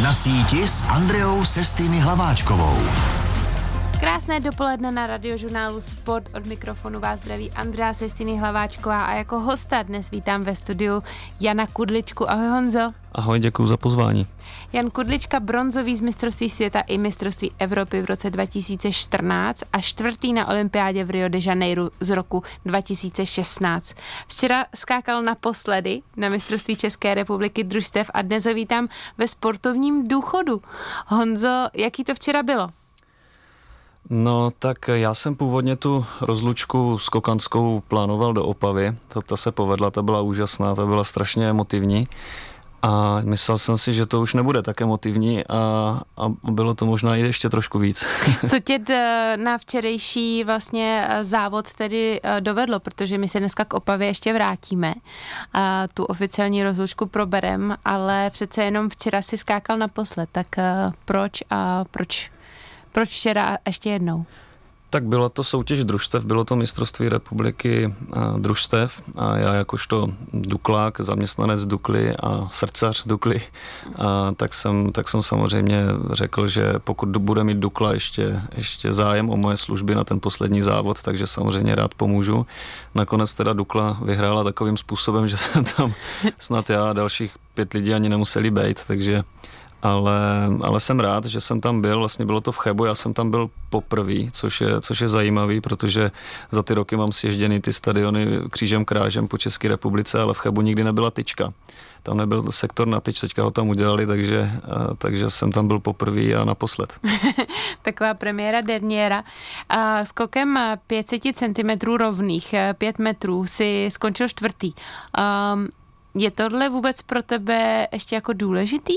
Na síti s Andreou Sestými Hlaváčkovou. Krásné dopoledne na Radiožurnálu Sport. Od mikrofonu vás zdraví Andrea Sestiny Hlaváčková a jako hosta dnes vítám ve studiu Jana Kudličku. Ahoj Honzo. Ahoj, děkuji za pozvání. Jan Kudlička bronzový z mistrovství světa i mistrovství Evropy v roce 2014 a čtvrtý na olympiádě v Rio de Janeiro z roku 2016. Včera skákal naposledy na mistrovství České republiky družstev a dnes ho vítám ve sportovním důchodu. Honzo, jaký to včera bylo? No tak já jsem původně tu rozlučku skokanskou plánoval do Opavy, ta se povedla, ta byla úžasná, ta byla strašně emotivní a myslel jsem si, že to už nebude tak emotivní a bylo to možná i ještě trošku víc. Co tě na včerejší vlastně závod tedy dovedlo, protože my se dneska k Opavě ještě vrátíme, tu oficiální rozlučku proberem, ale přece jenom včera si skákal naposled, tak proč včera ještě jednou? Tak byla to soutěž družstev, bylo to mistrovství republiky družstev a já jakožto duklák, zaměstnanec Dukly a srdcař Dukly, tak jsem samozřejmě řekl, že pokud bude mít Dukla ještě zájem o moje služby na ten poslední závod, takže samozřejmě rád pomůžu. Nakonec teda Dukla vyhrála takovým způsobem, že jsem tam snad já a dalších 5 lidí ani nemuseli bejt, takže ale jsem rád, že jsem tam byl, vlastně bylo to v Chebu, já jsem tam byl poprvý, což je zajímavý, protože za ty roky mám sježděný ty stadiony křížem krážem po České republice, ale v Chebu nikdy nebyla tyčka. Tam nebyl sektor na tyč, teďka ho tam udělali, takže jsem tam byl poprvý a naposled. Taková premiéra derniéra. Skokem 500 cm rovných, 5 metrů, si skončil čtvrtý. Je tohle vůbec pro tebe ještě jako důležitý?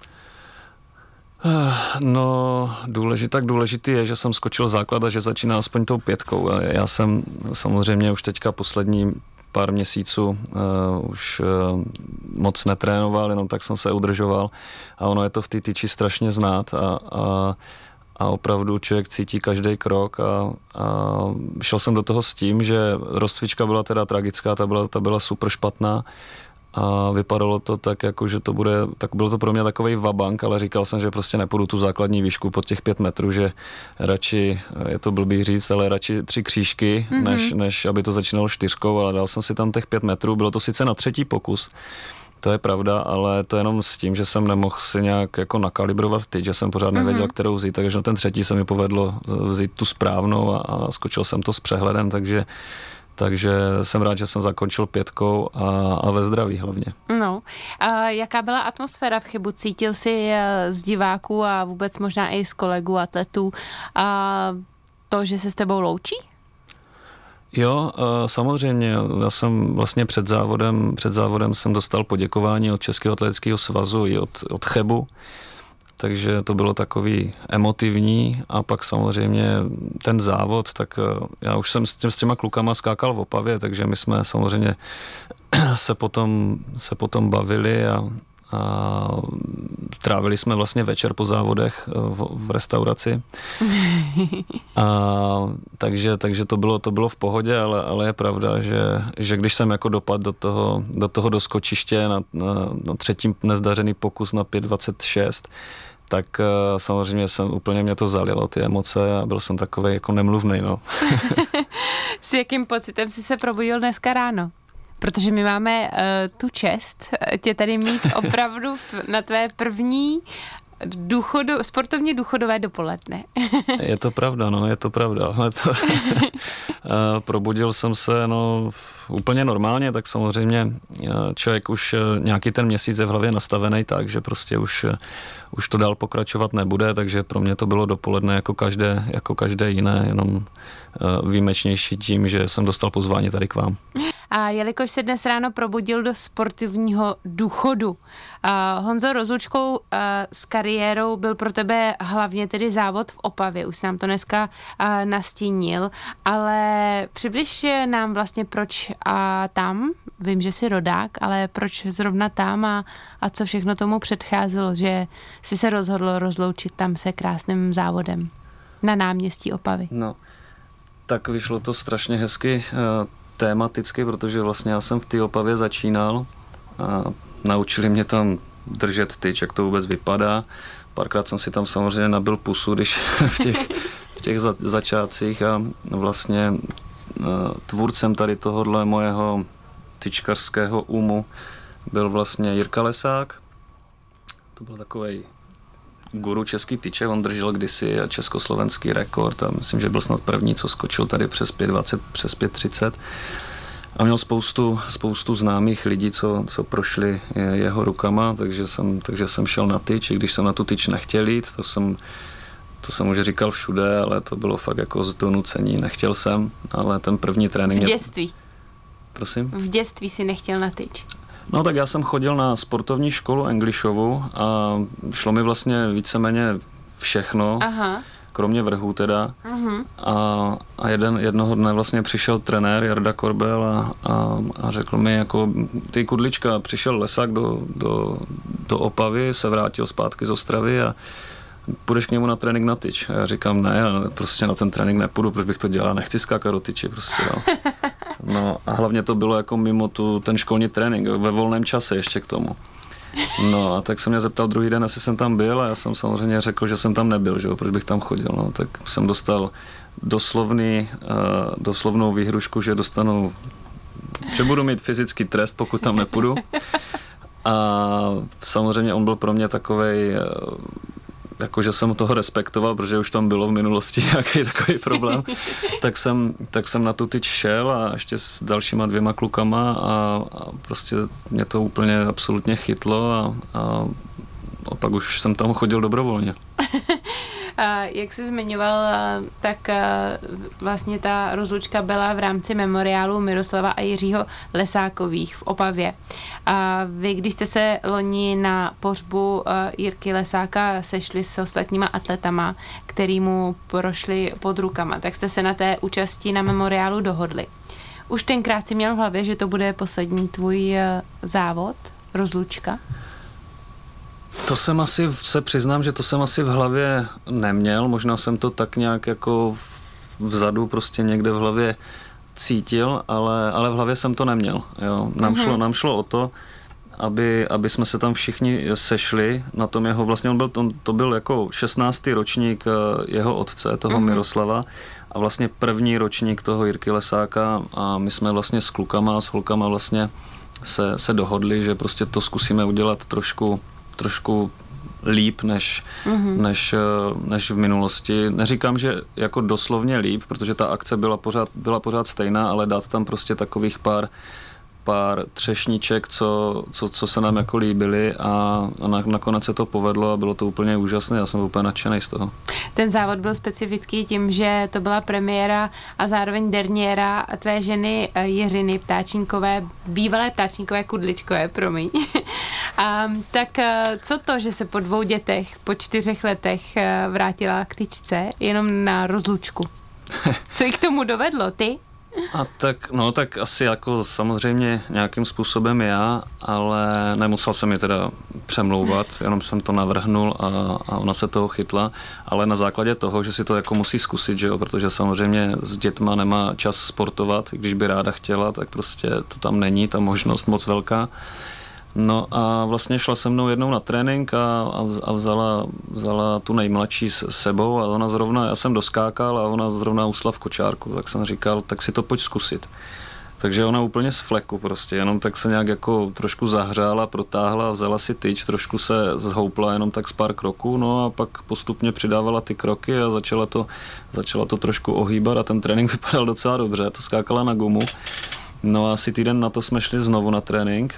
No, důležitý je, že jsem skočil základ a že začíná aspoň tou 5. Já jsem samozřejmě už teďka poslední pár měsíců už moc netrénoval, jenom tak jsem se udržoval a ono je to v té tyči strašně znát a opravdu člověk cítí každý krok a šel jsem do toho s tím, že rozcvička byla teda tragická, ta byla super špatná. A vypadalo to tak, jako že to bude, tak bylo to pro mě takovej vabank, ale říkal jsem, že prostě nepůjdu tu základní výšku pod těch 5 metrů, že radši, je to blbý říct, ale radši 3 křížky, než aby to začínalo 4, ale dal jsem si tam těch 5 metrů, bylo to sice na 3. pokus, to je pravda, ale to jenom s tím, že jsem nemohl si nějak jako nakalibrovat tyč, že jsem pořád nevěděl, kterou vzít, takže na ten 3. se mi povedlo vzít tu správnou a skočil jsem to s přehledem, takže jsem rád, že jsem zakončil 5 a ve zdraví hlavně. No, a jaká byla atmosféra v Chebu? Cítil jsi z diváků a vůbec možná i z kolegů atletů to, že se s tebou loučí? Jo, samozřejmě. Já jsem vlastně před závodem jsem dostal poděkování od Českého atletického svazu i od Chebu. Takže to bylo takový emotivní a pak samozřejmě ten závod, tak já už jsem s těma klukama skákal v Opavě, takže my jsme samozřejmě se potom bavili a trávili jsme vlastně večer po závodech v restauraci. Takže to bylo v pohodě, ale je pravda, že když jsem jako dopadl do toho doskočiště na 3. nezdařený pokus na 5,26, tak samozřejmě mě to zalilo ty emoce a byl jsem takovej jako nemluvnej, no. S jakým pocitem jsi se probudil dneska ráno? Protože my máme tu čest tě tady mít opravdu na tvé první sportovně důchodové dopoledne. Je to pravda, no, je to pravda. Probudil jsem se, úplně normálně, tak samozřejmě člověk už nějaký ten měsíc je v hlavě nastavený tak, že prostě už to dál pokračovat nebude, takže pro mě to bylo dopoledne jako každé jiné, jenom výjimečnější tím, že jsem dostal pozvání tady k vám. A jelikož se dnes ráno probudil do sportovního důchodu, Honzo, rozlučkou s kariérou byl pro tebe hlavně tedy závod v Opavě, už jsi nám to dneska nastínil, ale přibliž nám vlastně proč tam, vím, že jsi rodák, ale proč zrovna tam a co všechno tomu předcházelo, že jsi se rozhodl rozloučit tam se krásným závodem na náměstí Opavy. No, tak vyšlo to strašně hezky tématicky, protože vlastně já jsem v té Opavě začínal a naučili mě tam držet tyč, jak to vůbec vypadá. Párkrát jsem si tam samozřejmě nabil pusu, když v těch začátcích a vlastně tvůrcem tady tohohle mojeho tyčkařského úmu byl vlastně Jirka Lesák. To byl takovej guru český tyče, on držel kdysi československý rekord a myslím, že byl snad první, co skočil tady přes 5,20, přes 5,30. A měl spoustu známých lidí, co prošli jeho rukama, takže jsem šel na tyč, i když jsem na tu tyč nechtěl jít, to jsem už říkal všude, ale to bylo fakt jako z donucení, nechtěl jsem, ale ten první trénink... V dětství? Prosím? V dětství si nechtěl na tyč? No tak já jsem chodil na sportovní školu Englishovu a šlo mi vlastně víceméně všechno, aha, kromě vrhů teda. Uh-huh. A jednoho dne vlastně přišel trenér Jarda Korbel a řekl mi jako, ty Kudlička, přišel Lesák do Opavy, se vrátil zpátky z Ostravy a půjdeš k němu na trénink na tyč. A já říkám, ne, já prostě na ten trénink nepůjdu, proč bych to dělal, nechci skákat do tyči prostě, jo. No a hlavně to bylo jako mimo ten školní trénink, ve volném čase ještě k tomu. No a tak se mě zeptal druhý den, jestli jsem tam byl a já jsem samozřejmě řekl, že jsem tam nebyl, že jo, proč bych tam chodil, no, tak jsem dostal doslovnou výhrušku, že budu mít fyzický trest, pokud tam nepůjdu. A samozřejmě on byl pro mě takovej, jakože jsem toho respektoval, protože už tam bylo v minulosti nějaký takový problém, tak jsem na tu tyč šel a ještě s dalšíma 2 klukama a prostě mě to úplně absolutně chytlo a pak už jsem tam chodil dobrovolně. Jak jsi zmiňoval, tak vlastně ta rozlučka byla v rámci memoriálu Miroslava a Jiřího Lesákových v Opavě. A vy, když jste se loni na pohřbu Jirky Lesáka sešli s ostatníma atletama, který mu prošli pod rukama, tak jste se na té účasti na memoriálu dohodli. Už tenkrát si měl v hlavě, že to bude poslední tvůj závod, rozlučka? To jsem se přiznám, že to jsem asi v hlavě neměl, možná jsem to tak nějak jako vzadu prostě někde v hlavě cítil, ale v hlavě jsem to neměl. Jo. Nám šlo o to, aby jsme se tam všichni sešli na tom jeho, vlastně to byl jako 16. ročník jeho otce, toho Miroslava, a vlastně první ročník toho Jirky Lesáka a my jsme vlastně s klukama a s holkama vlastně se dohodli, že prostě to zkusíme udělat trošku líp než v minulosti. Neříkám, že jako doslovně líp, protože ta akce byla pořád stejná, ale dát tam prostě takových pár třešniček, co se nám jako líbily a nakonec se to povedlo a bylo to úplně úžasné. Já jsem úplně nadšený z toho. Ten závod byl specifický tím, že to byla premiéra a zároveň derniéra tvé ženy Jiřiny Ptáčníkové, bývalé Ptáčníkové Kudličkové, promiň. Tak co to, že se po 2 dětech, po 4 letech vrátila k tyčce jenom na rozlučku? Co jí k tomu dovedlo, ty? A tak asi jako samozřejmě nějakým způsobem já, ale nemusel jsem ji teda přemlouvat, jenom jsem to navrhnul a ona se toho chytla, ale na základě toho, že si to jako musí zkusit, že jo, protože samozřejmě s dětma nemá čas sportovat, když by ráda chtěla, tak prostě to tam není, ta možnost moc velká. No a vlastně šla se mnou jednou na trénink a vzala tu nejmladší s sebou a ona zrovna, já jsem doskákal a ona zrovna usla v kočárku, tak jsem říkal, tak si to pojď zkusit. Takže ona úplně z fleku prostě, jenom tak se nějak jako trošku zahřála, protáhla, vzala si tyč, trošku se zhoupla jenom tak z pár kroků, no a pak postupně přidávala ty kroky a začala to trošku ohýbat a ten trénink vypadal docela dobře, to skákala na gumu. No a asi týden na to jsme šli znovu na trénink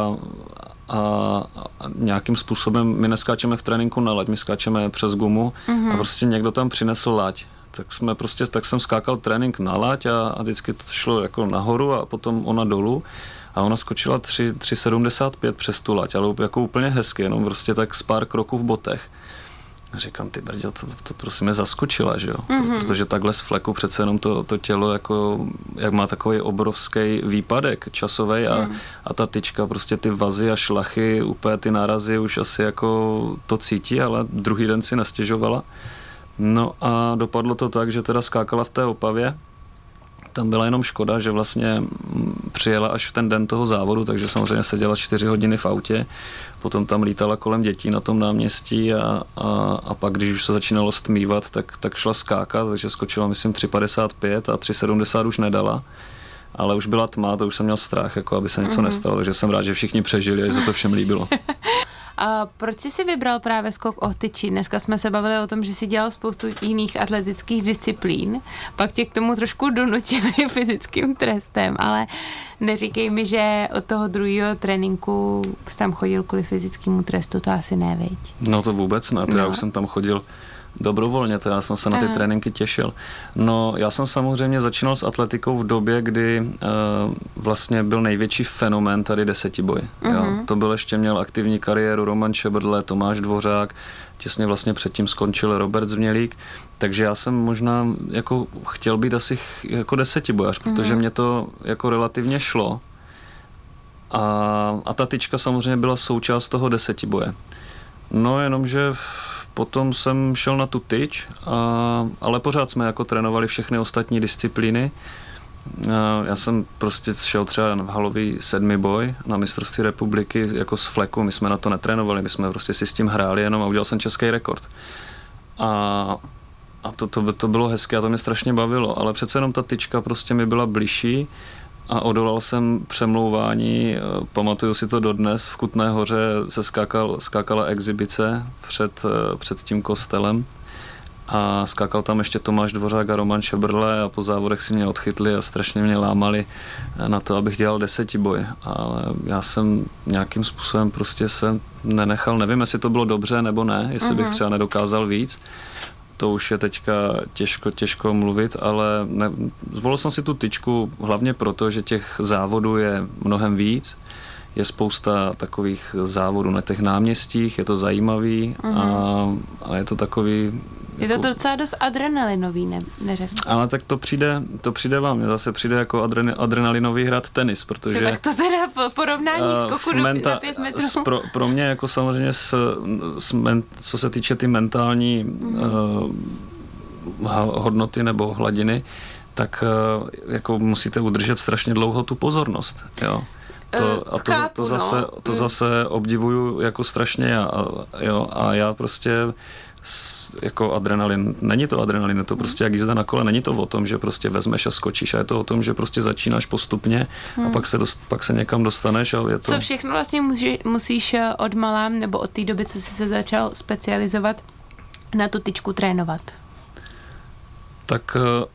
a nějakým způsobem my neskáčeme v tréninku na lať, my skáčeme přes gumu a prostě někdo tam přinesl lať. Tak jsem skákal trénink na lať a vždycky to šlo jako nahoru a potom ona dolů a ona skočila 3,75 přes tu lať, ale jako úplně hezky, jenom prostě tak z pár kroků v botech. A říkám, ty brďo, to prostě mě zaskočila, že jo? Protože takhle z fleku přece jenom to tělo, jako, jak má takový obrovský výpadek časový a ta tyčka, prostě ty vazy a šlachy, úplně ty nárazy už asi jako to cítí, ale druhý den si nestěžovala. No a dopadlo to tak, že teda skákala v té Opavě, Tam byla jenom škoda, že vlastně přijela až v ten den toho závodu, takže samozřejmě seděla 4 hodiny v autě, potom tam lítala kolem dětí na tom náměstí a pak, když už se začínalo stmívat, tak šla skákat, takže skočila, myslím, 3,55 a 3,70 už nedala. Ale už byla tma, to už jsem měl strach, jako aby se něco nestalo, takže jsem rád, že všichni přežili a že se to všem líbilo. A proč jsi si vybral právě skok o tyči? Dneska jsme se bavili o tom, že jsi dělal spoustu jiných atletických disciplín, pak tě k tomu trošku donutili fyzickým trestem, ale neříkej mi, že od toho druhého tréninku jsi tam chodil kvůli fyzickému trestu, to asi ne, viď? No to vůbec ne, já už jsem tam chodil dobrovolně, to já jsem se na ty tréninky těšil. No, já jsem samozřejmě začínal s atletikou v době, kdy vlastně byl největší fenomén tady desetiboj. Jo. To byl ještě, měl aktivní kariéru Roman Šebrle, Tomáš Dvořák, těsně vlastně předtím skončil Robert Změlík, takže já jsem možná jako chtěl být asi jako desetibojař, protože mě to jako relativně šlo. A ta tyčka samozřejmě byla součást toho desetiboje. No, jenomže potom jsem šel na tu tyč, ale pořád jsme jako trénovali všechny ostatní disciplíny. Já jsem prostě šel třeba v halový 7. boj na mistrovství republiky jako z fleku, my jsme na to netrénovali, my jsme prostě si s tím hráli jenom a udělal jsem český rekord. A to bylo hezké a to mě strašně bavilo, ale přece jenom ta tyčka prostě mi byla bližší a odolal jsem přemlouvání, pamatuju si to dodnes, v Kutné Hoře se skákala exibice před tím kostelem a skákal tam ještě Tomáš Dvořák a Roman Šebrle a po závodech si mě odchytli a strašně mě lámali na to, abych dělal desetiboj, ale já jsem nějakým způsobem prostě se nenechal, nevím, jestli to bylo dobře nebo ne, jestli bych třeba nedokázal víc. To už je teďka těžko mluvit, ale zvolil jsem si tu tyčku hlavně proto, že těch závodů je mnohem víc. Je spousta takových závodů na těch náměstích, je to zajímavý a je to takový... Je to docela dost adrenalinový, neřekl. Ale tak to přijde vám, zase přijde jako adrenalinový hrát tenis, protože... Tak to teda porovnání skoku na 5 metrů. Pro mě jako samozřejmě co se týče ty mentální hodnoty nebo hladiny, tak jako musíte udržet strašně dlouho tu pozornost, jo. To zase obdivuju jako strašně a já prostě jako adrenalin, není to adrenalin, je to prostě jak jízda na kole, není to o tom, že prostě vezmeš a skočíš, a je to o tom, že prostě začínáš postupně a pak se někam dostaneš a je to... Co všechno vlastně musíš od malá, nebo od té doby, co jsi se začal specializovat, na tu tyčku trénovat? Tak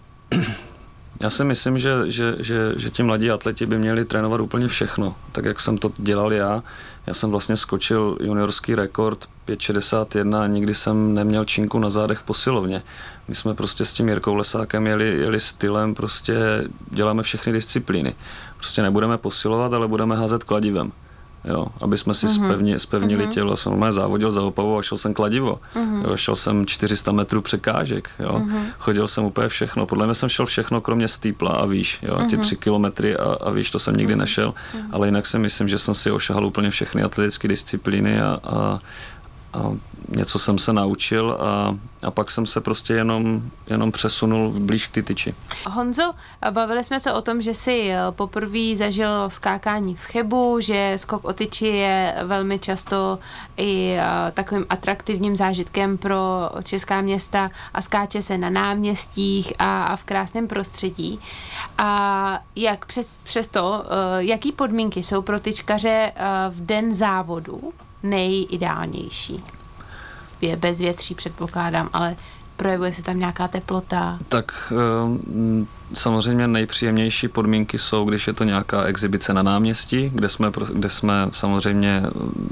já si myslím, že ti mladí atleti by měli trénovat úplně všechno, tak jak jsem to dělal já. Já jsem vlastně skočil juniorský rekord 5,61 a nikdy jsem neměl činku na zádech v posilovně. My jsme prostě s tím Jirkou Lesákem jeli stylem, prostě děláme všechny disciplíny. Prostě nebudeme posilovat, ale budeme házet kladivem. Jo, aby jsme si spevnili tělo. Jsem normálně závodil za Opavou a šel jsem kladivo. Jo, šel jsem 400 metrů překážek. Jo. Chodil jsem úplně všechno. Podle mě jsem šel všechno, kromě stýpla a výš. Jo. Ty 3 kilometry a výš, to jsem nikdy nešel. Ale jinak si myslím, že jsem si ošahal úplně všechny atletické disciplíny a něco jsem se naučil a pak jsem se prostě jenom přesunul blíž k ty tyči. Honzo, bavili jsme se o tom, že jsi poprvé zažil skákání v Chebu, že skok o tyči je velmi často i takovým atraktivním zážitkem pro česká města a skáče se na náměstích a v krásném prostředí. A jak přesto, jaký podmínky jsou pro tyčkaře v den závodu nejideálnější? Je bezvětří, předpokládám, ale projevuje se tam nějaká teplota? Tak samozřejmě nejpříjemnější podmínky jsou, když je to nějaká exibice na náměstí, kde jsme samozřejmě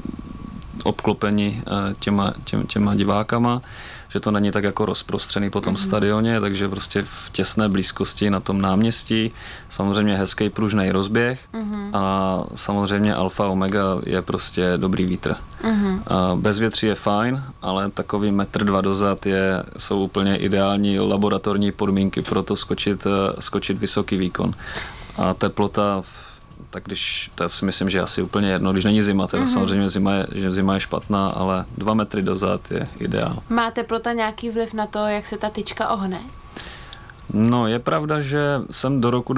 obklopeni těma divákama, že to není tak jako rozprostřený po tom stadioně, takže prostě v těsné blízkosti na tom náměstí, samozřejmě hezký pružnej rozběh a samozřejmě alfa omega je prostě dobrý vítr. Bezvětří je fajn, ale takový 1,2 metru dozad jsou úplně ideální laboratorní podmínky pro to skočit vysoký výkon. A teplota, tak to si myslím, že je asi úplně jedno, když není zima, teda samozřejmě zima je špatná, ale 2 metry dozad je ideál. Má teplota nějaký vliv na to, jak se ta tyčka ohne? No, je pravda, že jsem do roku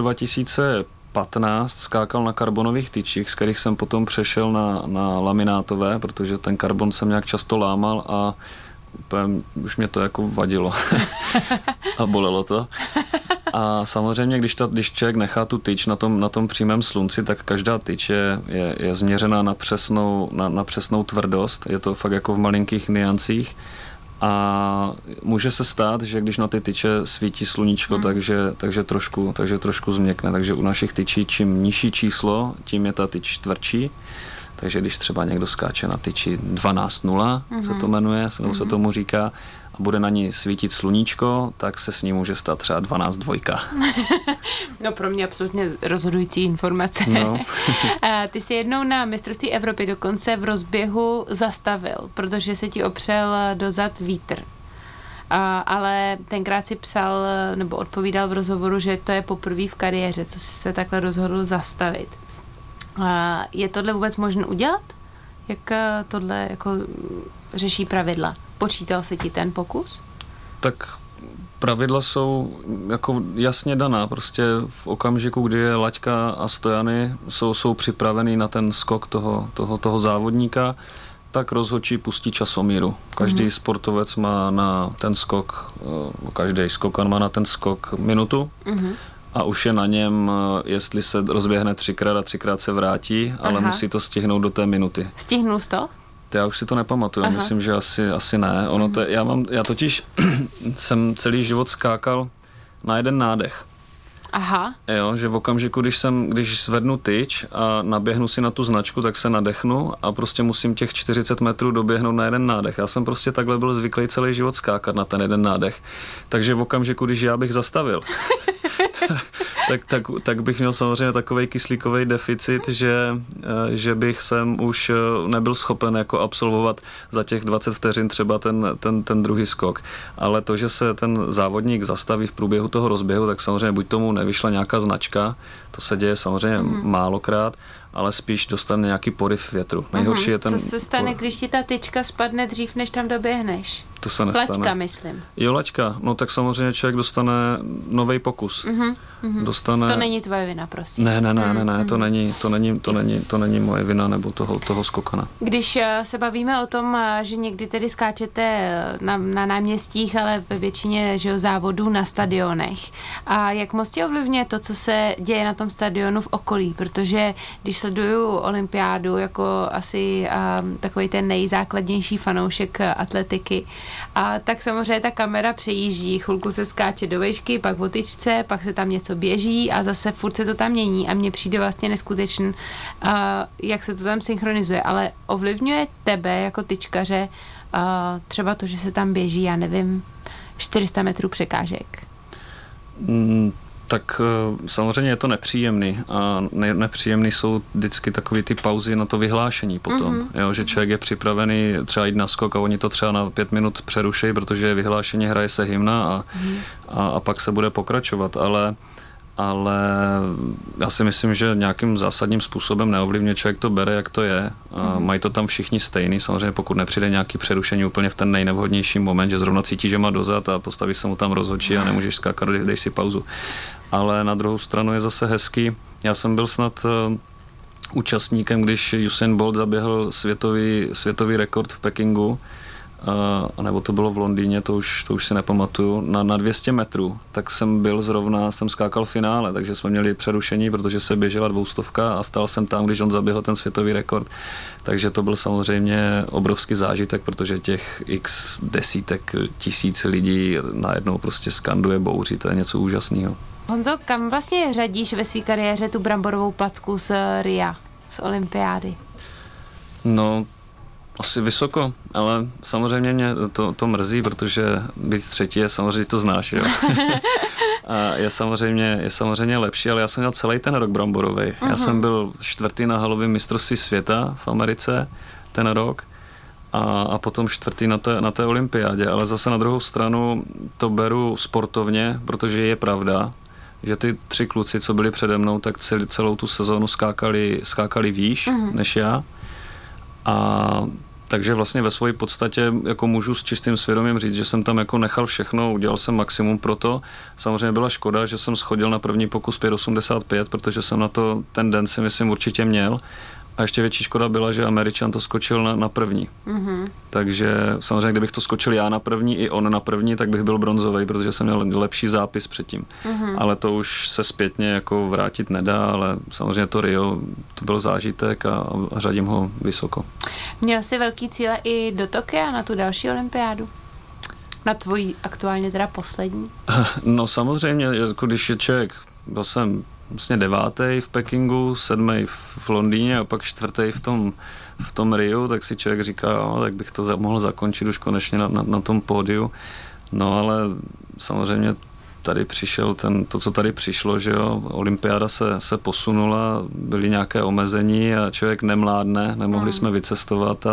2015 skákal na karbonových tyčích, z kterých jsem potom přešel na laminátové, protože ten karbon jsem nějak často lámal a už mě to jako vadilo a bolelo to. A samozřejmě, když člověk nechá tu tyč na tom přímém slunci, tak každá tyč je změřená na přesnou tvrdost. Je to fakt jako v malinkých niancích. A může se stát, že když na ty tyče svítí sluníčko, takže trošku změkne. Takže u našich tyčí, čím nižší číslo, tím je ta tyč tvrdší. Takže když třeba někdo skáče na tyči 12.0, se to jmenuje, nebo se tomu říká, a bude na ní svítit sluníčko, tak se s ní může stát třeba 12.2. No pro mě absolutně rozhodující informace. No. Ty jsi jednou na mistrovství Evropy dokonce v rozběhu zastavil, protože se ti opřel do zad vítr. Ale tenkrát si psal nebo odpovídal v rozhovoru, že to je poprvé v kariéře, co jsi se takhle rozhodl zastavit. Je tohle vůbec možné udělat? Jak tohle jako řeší pravidla? Počítal se ti ten pokus? Tak pravidla jsou jako jasně daná. Prostě v okamžiku, kdy je laťka a stojany jsou připravený na ten skok toho závodníka, tak rozhodčí pustí časomíru. Každý sportovec má na ten skok, každý skokan má na ten skok minutu. A už je na něm, jestli se rozběhne 3x a 3x se vrátí, ale musí to stihnout do té minuty. Stihnul jsi to? Já už si to nepamatuju, myslím, že asi ne. Já totiž jsem celý život skákal na jeden nádech. Aha. Jo, že v okamžiku, když zvednu tyč a naběhnu si na tu značku, tak se nadechnu a prostě musím těch 40 metrů doběhnout na jeden nádech. Já jsem prostě takhle byl zvyklý celý život skákat na ten jeden nádech. Takže v okamžiku, když já bych zastavil, tak bych měl samozřejmě takovej kyslíkový deficit, že bych sem už nebyl schopen jako absolvovat za těch 20 vteřin třeba ten druhý skok. Ale to, že se ten závodník zastaví v průběhu toho rozběhu, tak samozřejmě buď tomu nevyšla nějaká značka, to se děje samozřejmě málokrát, ale spíš dostane nějaký poryv větru. Nejhorší je ten... Co se stane, když ti ta tyčka spadne dřív, než tam doběhneš? To se nestane. Laťka, myslím. Jo, laťka. No tak samozřejmě člověk dostane nový pokus. Dostane... To není tvoje vina, prosím. Ne, to není moje vina nebo toho skokana. Když se bavíme o tom, že někdy tedy skáčete na náměstích, ale ve většině závodů na stadionech. A jak moc tě ovlivňuje to, co se děje na tom stadionu v okolí? Protože když sleduju olympiádu jako asi takový ten nejzákladnější fanoušek atletiky, a tak samozřejmě ta kamera přejíždí, chvilku se skáče do vejšky, pak o tyčce, pak se tam něco běží a zase furt se to tam mění a mně přijde vlastně neskutečný, jak se to tam synchronizuje, ale ovlivňuje tebe jako tyčkaře třeba to, že se tam běží, já nevím, 400 metrů překážek? Tak samozřejmě je to nepříjemný a nepříjemný jsou vždycky takový ty pauzy na to vyhlášení potom, jo, že člověk je připravený třeba jít na skok a oni to třeba na 5 minut přerušejí, protože je vyhlášení, hraje se hymna a pak se bude pokračovat, ale já si myslím, že nějakým zásadním způsobem neovlivňuje, člověk to bere, jak to je. A mají to tam všichni stejný, samozřejmě pokud nepřijde nějaký přerušení úplně v ten nejnevhodnější moment, že zrovna cítí, že má dozad a postaví se mu tam rozhodčí a nemůžeš skákat, dej si pauzu. Ale na druhou stranu je zase hezký. Já jsem byl snad účastníkem, když Usain Bolt zaběhl světový rekord v Pekingu, nebo to bylo v Londýně, to už si nepamatuju, na 200 metrů, tak jsem skákal v finále, takže jsme měli přerušení, protože se běžela 200 a stál jsem tam, když on zaběhl ten světový rekord. Takže to byl samozřejmě obrovský zážitek, protože těch x desítek tisíc lidí najednou prostě skanduje bouři, to je něco úžasného. Honzo, kam vlastně řadíš ve své kariéře tu bramborovou placku z Ria, z olympiády? No, asi vysoko, ale samozřejmě mě to mrzí, protože být třetí je samozřejmě, to znáš, jo. A je samozřejmě lepší, ale já jsem měl celý ten rok bramborovej. Já jsem byl 4. na halovém mistrovství světa v Americe ten rok a potom 4. na té olympiádě, ale zase na druhou stranu to beru sportovně, protože je pravda, že ty 3 kluci, co byli přede mnou, tak celou tu sezónu skákali výš než já. A Takže vlastně ve své podstatě jako můžu s čistým svědomím říct, že jsem tam jako nechal všechno, udělal jsem maximum pro to. Samozřejmě byla škoda, že jsem schodil na první pokus 5,85, protože jsem na to ten den si myslím určitě měl. A ještě větší škoda byla, že Američan to skočil na první. Mm-hmm. Takže samozřejmě, kdybych to skočil já na první i on na první, tak bych byl bronzový, protože jsem měl lepší zápis předtím. Mm-hmm. Ale to už se zpětně jako vrátit nedá, ale samozřejmě to Rio, to byl zážitek a řadím ho vysoko. Měl jsi velký cíle i do Tokia na tu další olympiádu? Na tvojí aktuálně teda poslední? No samozřejmě, jako když je člověk, byl jsem vlastně 9. v Pekingu, 7. v Londýně a pak 4. v tom Riu, tak si člověk říká, no, tak bych to mohl zakončit už konečně na tom pódiu. No ale samozřejmě tady přišel to, co tady přišlo, že jo, olympiáda se posunula, byly nějaké omezení a člověk nemládne, nemohli jsme vycestovat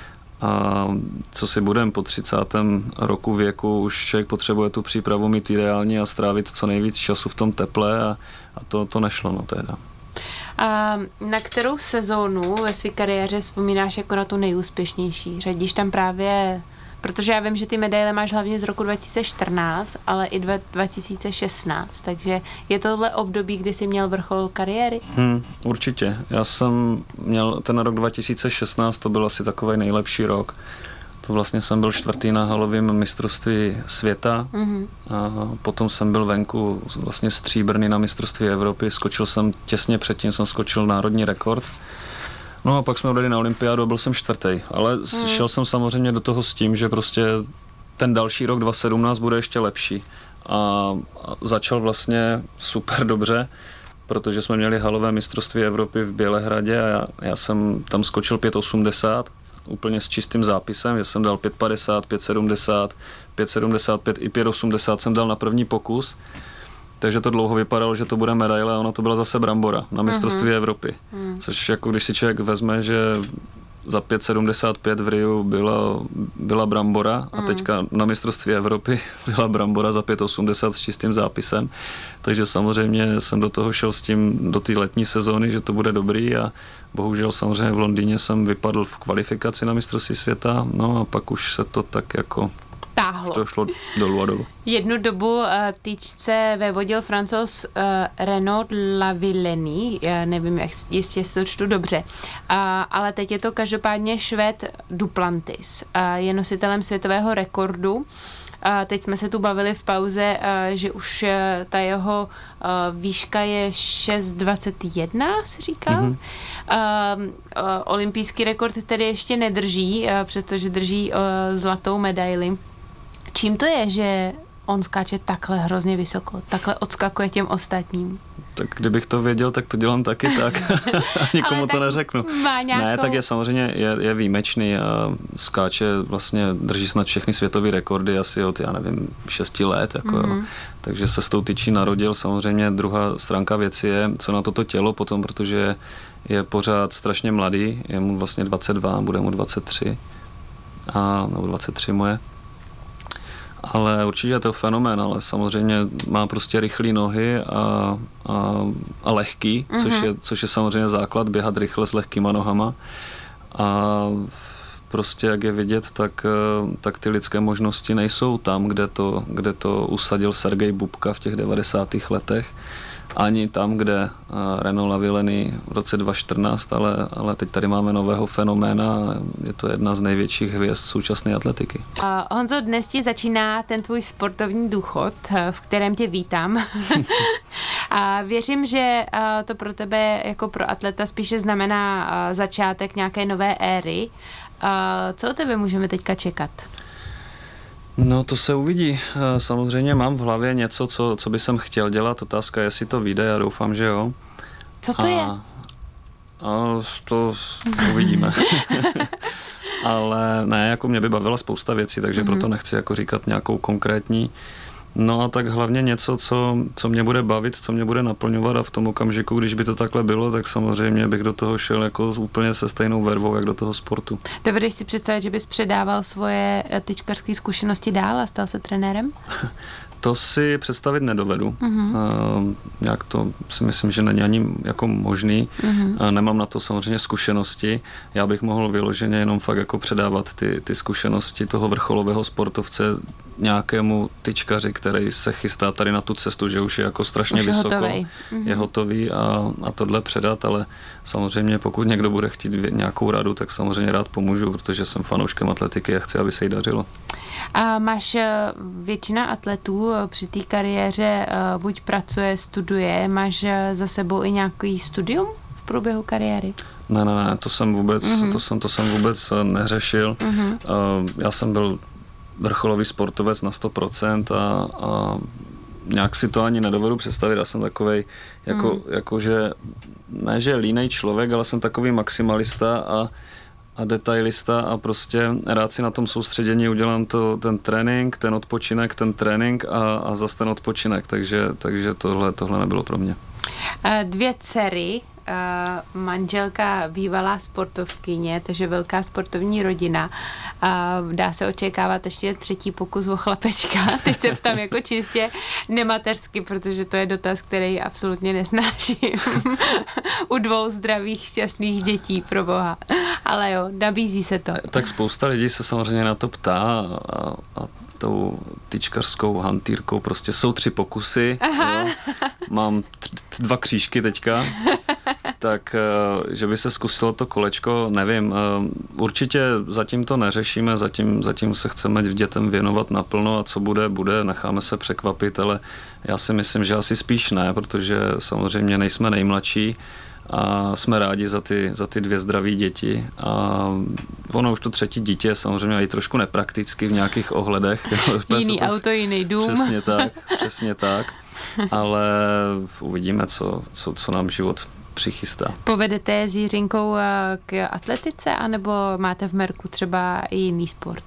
a co si budem, po 30. roku věku už člověk potřebuje tu přípravu mít ideální a strávit co nejvíc času v tom teple a to nešlo, no teda. A na kterou sezónu ve své kariéře vzpomínáš jako na tu nejúspěšnější? Řadíš tam právě, protože já vím, že ty medaile máš hlavně z roku 2014, ale i 2016, takže je tohle období, kdy jsi měl vrchol kariéry? Určitě. Já jsem měl ten rok 2016, to byl asi takový nejlepší rok. To vlastně jsem byl 4. na halovém mistrovství světa a potom jsem byl venku vlastně stříbrný na mistrovství Evropy. Skočil jsem těsně předtím, jsem skočil národní rekord. No a pak jsme odjeli na olympiádu a byl jsem 4. Ale šel jsem samozřejmě do toho s tím, že prostě ten další rok 2017 bude ještě lepší. A začal vlastně super dobře, protože jsme měli halové mistrovství Evropy v Bělehradě a já jsem tam skočil 5,80 úplně s čistým zápisem, že jsem dal 5,50, 5,70, 5,75 i 5,80 jsem dal na první pokus. Takže to dlouho vypadalo, že to bude medaile a ono to byla zase brambora na mistrovství Evropy. Což jako když si člověk vezme, že za 5,75 v Riu byla brambora a teďka na mistrovství Evropy byla brambora za 5,80 s čistým zápisem. Takže samozřejmě jsem do toho šel s tím do té letní sezóny, že to bude dobrý a bohužel samozřejmě v Londýně jsem vypadl v kvalifikaci na mistrovství světa, no a pak už se to tak jako táhlo. To šlo dolů a dolů. Jednu dobu týčce vévodil Francouz Renaud Lavillenie, nevím, jestli to čtu dobře, ale teď je to každopádně Švéd Duplantis. Je nositelem světového rekordu. Teď jsme se tu bavili v pauze, že už ta jeho výška je 6,21, si říkal. Olympijský rekord tedy ještě nedrží, přestože drží zlatou medaili. Čím to je, že on skáče takhle hrozně vysoko, takhle odskakuje těm ostatním? Tak kdybych to věděl, tak to dělám taky tak. Nikomu to neřeknu. Ne, tak je samozřejmě je výjimečný a skáče vlastně, drží snad všechny světové rekordy asi od, já nevím, 6 let. Jako, jo. Takže se s tou tyčí narodil. Samozřejmě druhá stránka věci je, co na toto tělo potom, protože je pořád strašně mladý, je mu vlastně 22, bude mu 23 nebo 23 moje. Ale určitě je to fenomén, ale samozřejmě má prostě rychlé nohy a lehký, což je samozřejmě základ, běhat rychle s lehkýma nohama. A prostě, jak je vidět, tak ty lidské možnosti nejsou tam, kde to usadil Sergej Bubka v těch 90. letech, ani tam, kde Renaud Lavillenie v roce 2014, ale teď tady máme nového fenoména a je to jedna z největších hvězd současné atletiky. Honzo, dnes ti začíná ten tvůj sportovní důchod, v kterém tě vítám. A věřím, že to pro tebe jako pro atleta spíše znamená začátek nějaké nové éry. Co od tebe můžeme teďka čekat? No to se uvidí. Samozřejmě mám v hlavě něco, co by jsem chtěl dělat. Otázka je, jestli to vyjde, já doufám, že jo. Co to je? To uvidíme. Ale ne, jako mě by bavila spousta věcí, takže proto nechci jako říkat nějakou konkrétní. No a tak hlavně něco, co mě bude bavit, co mě bude naplňovat a v tom okamžiku, když by to takhle bylo, tak samozřejmě bych do toho šel jako úplně se stejnou vervou, jak do toho sportu. Dovedeš si představit, že bys předával svoje tyčkařské zkušenosti dál a stal se trenérem? To si představit nedovedu. Jak to si myslím, že není ani jako možný. Nemám na to samozřejmě zkušenosti. Já bych mohl vyloženě jenom fakt jako předávat ty zkušenosti toho vrcholového sportovce nějakému tyčkaři, který se chystá tady na tu cestu, že už je jako strašně vysoko. Je hotový a tohle předat, ale samozřejmě pokud někdo bude chtít nějakou radu, tak samozřejmě rád pomůžu, protože jsem fanouškem atletiky a chci, aby se jí dařilo. A máš většina atletů při té kariéře buď pracuje, studuje, máš za sebou i nějaký studium v průběhu kariéry? Ne, to jsem vůbec neřešil. Já jsem byl vrcholový sportovec na 100% a nějak si to ani nedovedu představit. Já jsem takovej, jakože, ne že línej člověk, ale jsem takový maximalista a detailista a prostě rád si na tom soustředění udělám ten trénink, ten odpočinek, ten trénink a zase ten odpočinek, takže tohle nebylo pro mě. 2 dcery, manželka bývalá sportovkyně, takže velká sportovní rodina. Dá se očekávat ještě 3. pokus o chlapečka. Teď se ptám jako čistě nemateřsky, protože to je dotaz, který absolutně nesnáším. U 2 zdravých, šťastných dětí, pro boha. Ale jo, nabízí se to. Tak spousta lidí se samozřejmě na to ptá a tou tyčkařskou hantýrkou prostě jsou 3 pokusy. Mám 2 křížky teďka. Tak, že by se zkusilo to kolečko, nevím. Určitě zatím to neřešíme, zatím se chceme dětem věnovat naplno a co bude, necháme se překvapit, ale já si myslím, že asi spíš ne, protože samozřejmě nejsme nejmladší a jsme rádi za ty 2 zdraví děti a ono už to 3. dítě samozřejmě i trošku neprakticky v nějakých ohledech. Jiný auto, jiný dům. Přesně tak, ale uvidíme, co nám život přichystá. Povedete s Jiřinkou k atletice, anebo máte v merku třeba i jiný sport?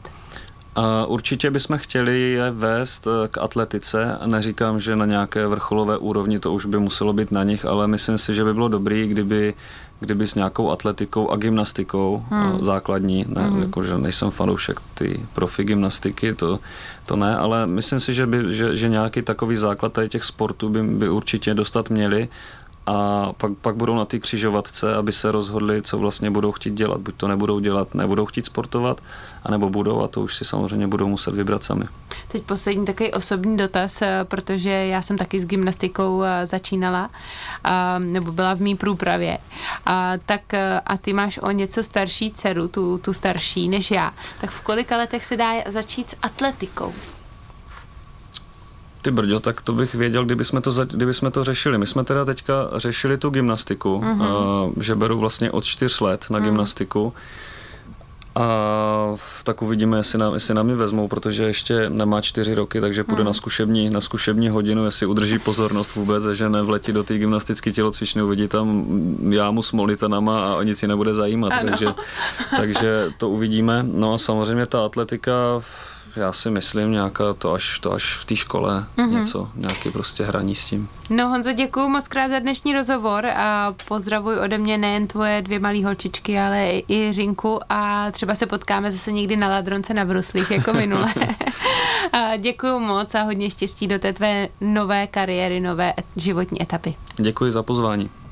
Určitě bychom chtěli je vést k atletice. Neříkám, že na nějaké vrcholové úrovni to už by muselo být na nich, ale myslím si, že by bylo dobrý, kdyby s nějakou atletikou a gymnastikou základní, ne, jakože nejsem fanoušek ty profi gymnastiky, to ne, ale myslím si, že nějaký takový základ tady těch sportů by určitě dostat měli. A pak budou na té křižovatce, aby se rozhodli, co vlastně budou chtít dělat. Buď to nebudou dělat, nebudou chtít sportovat, anebo budou a to už si samozřejmě budou muset vybrat sami. Teď poslední takový osobní dotaz, protože já jsem taky s gymnastikou začínala, nebo byla v mý průpravě. A ty máš o něco starší dceru, tu starší než já. Tak v kolika letech se dá začít s atletikou? Ty brďo, tak to bych věděl, kdybychom to řešili. My jsme teda teďka řešili tu gymnastiku, že beru vlastně od 4 let na gymnastiku a tak uvidíme, jestli na mě vezmou, protože ještě nemá 4 roky, takže půjde na zkušební hodinu, jestli udrží pozornost vůbec, že nevletí do té gymnastické tělocvičny, uvidí tam jámu s molitanama a nic ji nebude zajímat, takže to uvidíme. No a samozřejmě ta atletika, já si myslím nějaká to až v té škole nějaký prostě hraní s tím. No Honzo, děkuju moc krát za dnešní rozhovor a pozdravuj ode mě nejen tvoje 2 malý holčičky, ale i Jiřinku a třeba se potkáme zase někdy na Ladronce na bruslích jako minule. Děkuju moc a hodně štěstí do té tvé nové kariéry, nové životní etapy. Děkuji za pozvání.